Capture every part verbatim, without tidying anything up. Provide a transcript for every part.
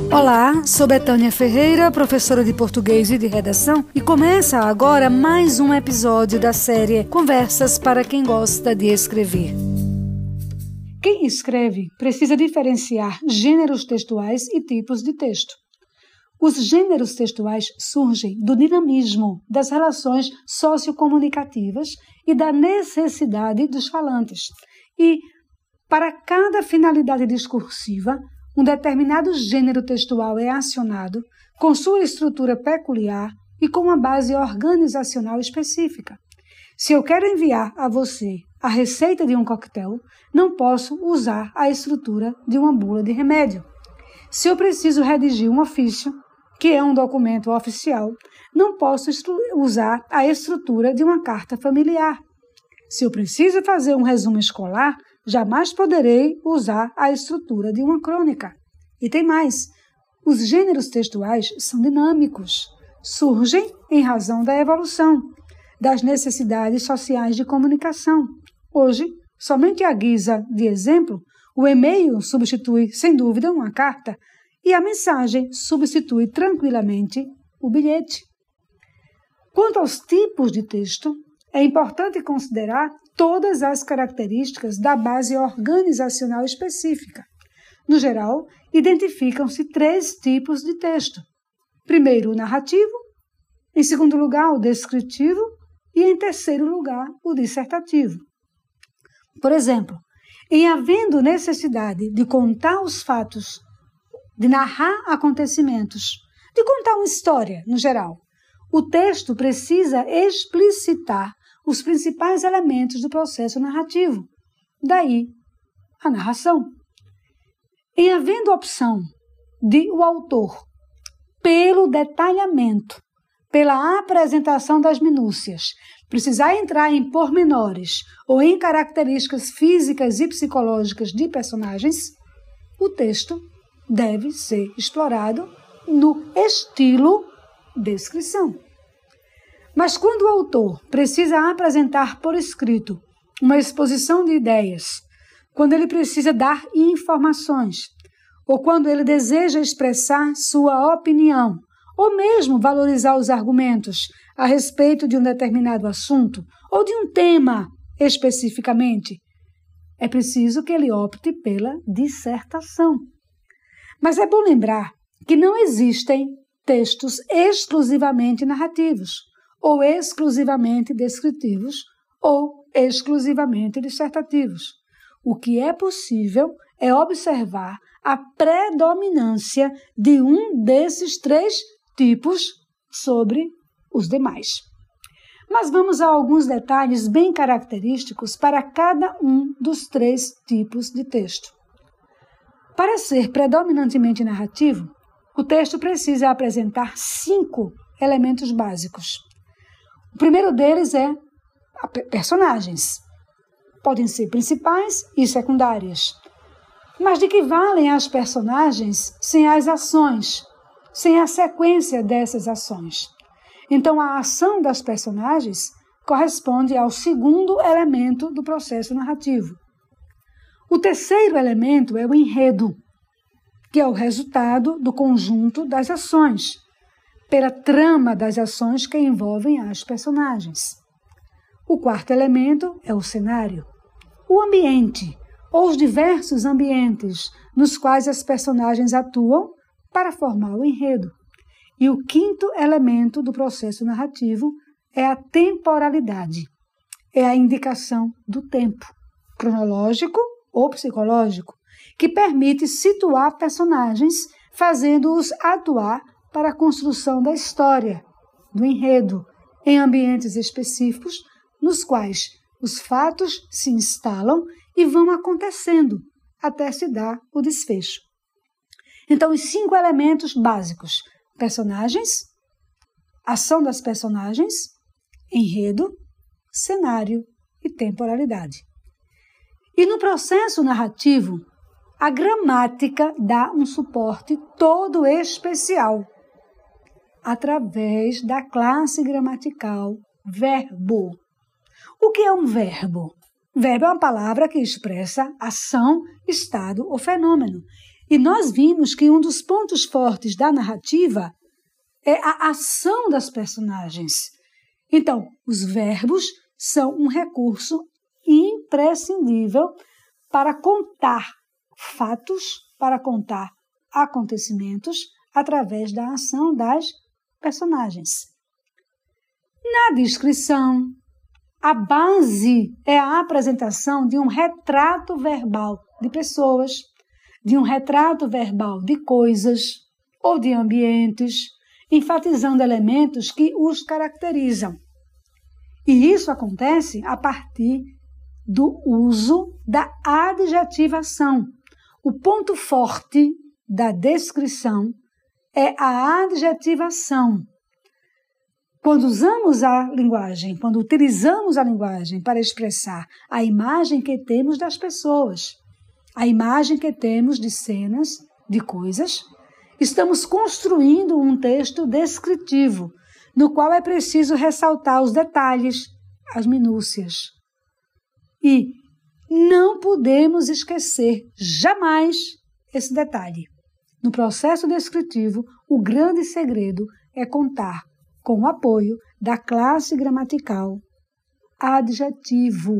Olá, sou Betânia Ferreira, professora de português e de redação, e começa agora mais um episódio da série Conversas para quem gosta de escrever. Quem escreve precisa diferenciar gêneros textuais e tipos de texto. Os gêneros textuais surgem do dinamismo das relações sociocomunicativas e da necessidade dos falantes. E, para cada finalidade discursiva, um determinado gênero textual é acionado com sua estrutura peculiar e com uma base organizacional específica. Se eu quero enviar a você a receita de um coquetel, não posso usar a estrutura de uma bula de remédio. Se eu preciso redigir um ofício, que é um documento oficial, não posso usar a estrutura de uma carta familiar. Se eu preciso fazer um resumo escolar, jamais poderei usar a estrutura de uma crônica. E tem mais, os gêneros textuais são dinâmicos, surgem em razão da evolução, das necessidades sociais de comunicação. Hoje, somente à guisa de exemplo, o e-mail substitui, sem dúvida, uma carta, e a mensagem substitui tranquilamente o bilhete. Quanto aos tipos de texto, é importante considerar todas as características da base organizacional específica. No geral, identificam-se três tipos de texto. Primeiro, o narrativo, em segundo lugar, o descritivo e, em terceiro lugar, o dissertativo. Por exemplo, em havendo necessidade de contar os fatos, de narrar acontecimentos, de contar uma história, no geral, o texto precisa explicitar os principais elementos do processo narrativo. Daí, a narração. Em havendo opção de o autor, pelo detalhamento, pela apresentação das minúcias, precisar entrar em pormenores ou em características físicas e psicológicas de personagens, o texto deve ser explorado no estilo descrição. Mas quando o autor precisa apresentar por escrito uma exposição de ideias, quando ele precisa dar informações, ou quando ele deseja expressar sua opinião, ou mesmo valorizar os argumentos a respeito de um determinado assunto ou de um tema especificamente, é preciso que ele opte pela dissertação. Mas é bom lembrar que não existem textos exclusivamente narrativos, ou exclusivamente descritivos, ou exclusivamente dissertativos. O que é possível é observar a predominância de um desses três tipos sobre os demais. Mas vamos a alguns detalhes bem característicos para cada um dos três tipos de texto. Para ser predominantemente narrativo, o texto precisa apresentar cinco elementos básicos. O primeiro deles é personagens. Podem ser principais e secundárias. Mas de que valem as personagens sem as ações, sem a sequência dessas ações? Então, a ação das personagens corresponde ao segundo elemento do processo narrativo. O terceiro elemento é o enredo, que é o resultado do conjunto das ações, pela trama das ações que envolvem as personagens. O quarto elemento é o cenário, o ambiente, ou os diversos ambientes nos quais as personagens atuam para formar o enredo. E o quinto elemento do processo narrativo é a temporalidade, é a indicação do tempo, cronológico ou psicológico, que permite situar personagens, fazendo-os atuar para a construção da história, do enredo, em ambientes específicos, nos quais os fatos se instalam e vão acontecendo até se dar o desfecho. Então, os cinco elementos básicos: personagens, ação das personagens, enredo, cenário e temporalidade. E no processo narrativo, a gramática dá um suporte todo especial através da classe gramatical verbo. O que é um verbo? Verbo é uma palavra que expressa ação, estado ou fenômeno. E nós vimos que um dos pontos fortes da narrativa é a ação das personagens. Então, os verbos são um recurso imprescindível para contar fatos, para contar acontecimentos através da ação das personagens. Na descrição, a base é a apresentação de um retrato verbal de pessoas, de um retrato verbal de coisas ou de ambientes, enfatizando elementos que os caracterizam. E isso acontece a partir do uso da adjetivação. O ponto forte da descrição é a adjetivação. Quando usamos a linguagem, quando utilizamos a linguagem para expressar a imagem que temos das pessoas, a imagem que temos de cenas, de coisas, estamos construindo um texto descritivo, no qual é preciso ressaltar os detalhes, as minúcias. E não podemos esquecer jamais esse detalhe. No processo descritivo, o grande segredo é contar com o apoio da classe gramatical adjetivo.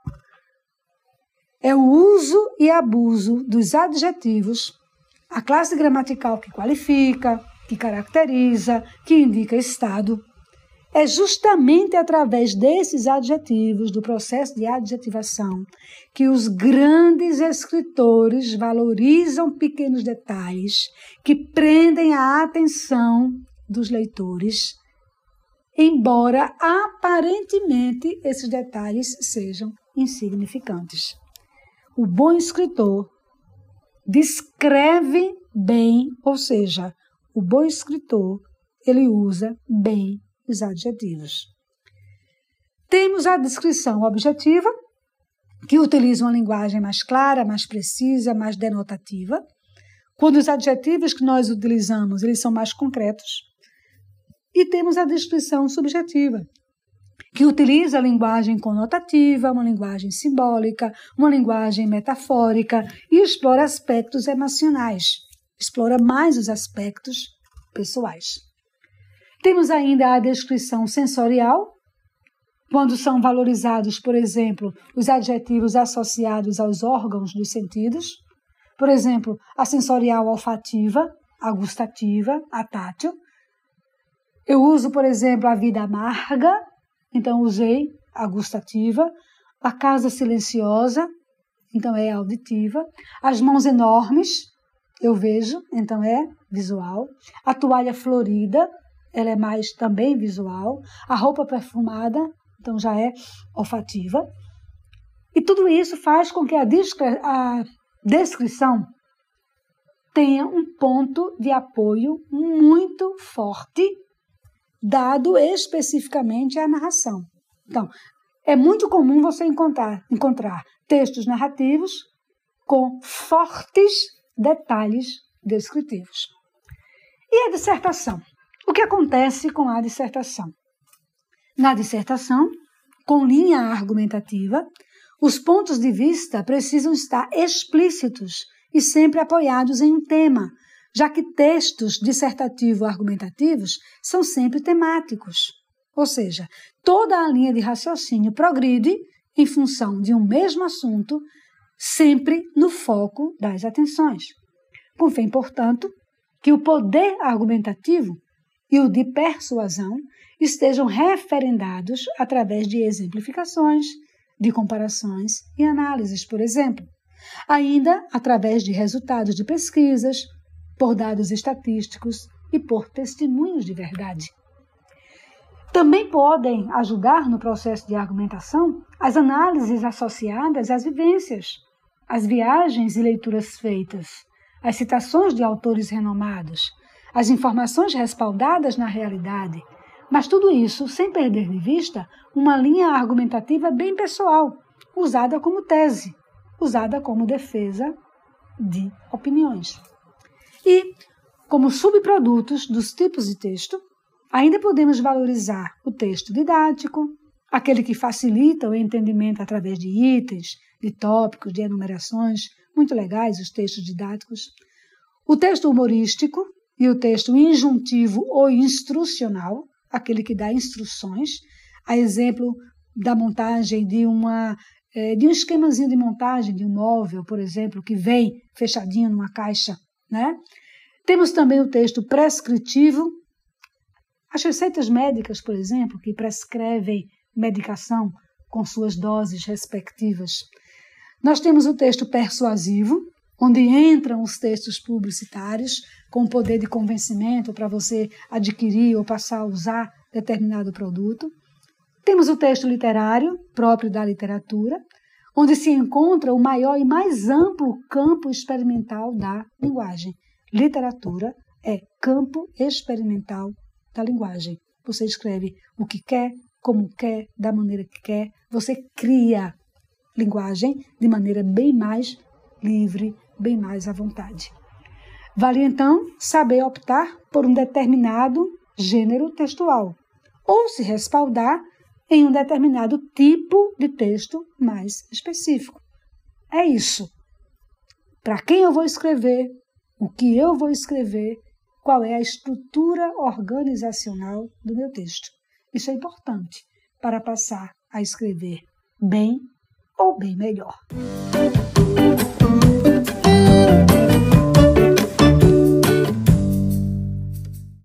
É o uso e abuso dos adjetivos, a classe gramatical que qualifica, que caracteriza, que indica estado. É justamente através desses adjetivos, do processo de adjetivação, que os grandes escritores valorizam pequenos detalhes que prendem a atenção dos leitores, embora aparentemente esses detalhes sejam insignificantes. O bom escritor descreve bem, ou seja, o bom escritor, ele usa bem os adjetivos. Temos a descrição objetiva, que utiliza uma linguagem mais clara, mais precisa, mais denotativa, quando os adjetivos que nós utilizamos, eles são mais concretos. E temos a descrição subjetiva, que utiliza a linguagem conotativa, uma linguagem simbólica, uma linguagem metafórica e explora aspectos emocionais, explora mais os aspectos pessoais. Temos ainda a descrição sensorial, quando são valorizados, por exemplo, os adjetivos associados aos órgãos dos sentidos, por exemplo, a sensorial olfativa, a gustativa, a tátil. Eu uso, por exemplo, a vida amarga, então usei a gustativa, a casa silenciosa, então é auditiva, as mãos enormes, eu vejo, então é visual, a toalha florida, ela é mais também visual, a roupa perfumada, então já é olfativa. E tudo isso faz com que a, descri- a descrição tenha um ponto de apoio muito forte, dado especificamente à narração. Então, é muito comum você encontrar, encontrar textos narrativos com fortes detalhes descritivos. E a dissertação? O que acontece com a dissertação? Na dissertação, com linha argumentativa, os pontos de vista precisam estar explícitos e sempre apoiados em um tema, já que textos dissertativo-argumentativos são sempre temáticos. Ou seja, toda a linha de raciocínio progride em função de um mesmo assunto, sempre no foco das atenções. Convém, portanto, que o poder argumentativo e o de persuasão estejam referendados através de exemplificações, de comparações e análises, por exemplo. Ainda através de resultados de pesquisas, por dados estatísticos e por testemunhos de verdade. Também podem ajudar no processo de argumentação as análises associadas às vivências, as viagens e leituras feitas, as citações de autores renomados, as informações respaldadas na realidade, mas tudo isso sem perder de vista uma linha argumentativa bem pessoal, usada como tese, usada como defesa de opiniões. E, como subprodutos dos tipos de texto, ainda podemos valorizar o texto didático, aquele que facilita o entendimento através de itens, de tópicos, de enumerações, muito legais os textos didáticos, O texto humorístico e o texto injuntivo ou instrucional, aquele que dá instruções, a exemplo da montagem de, uma, de um esquemazinho de montagem de um móvel, por exemplo, que vem fechadinho numa caixa, né? Temos também o texto prescritivo, as receitas médicas, por exemplo, que prescrevem medicação com suas doses respectivas. Nós temos o texto persuasivo, onde entram os textos publicitários com o poder de convencimento para você adquirir ou passar a usar determinado produto. Temos o texto literário, próprio da literatura, onde se encontra o maior e mais amplo campo experimental da linguagem. Literatura é campo experimental da linguagem. Você escreve o que quer, como quer, da maneira que quer. Você cria linguagem de maneira bem mais livre, bem mais à vontade. Vale, então, saber optar por um determinado gênero textual ou se respaldar em um determinado tipo de texto mais específico. É isso. Para quem eu vou escrever, o que eu vou escrever, qual é a estrutura organizacional do meu texto. Isso é importante para passar a escrever bem ou bem melhor.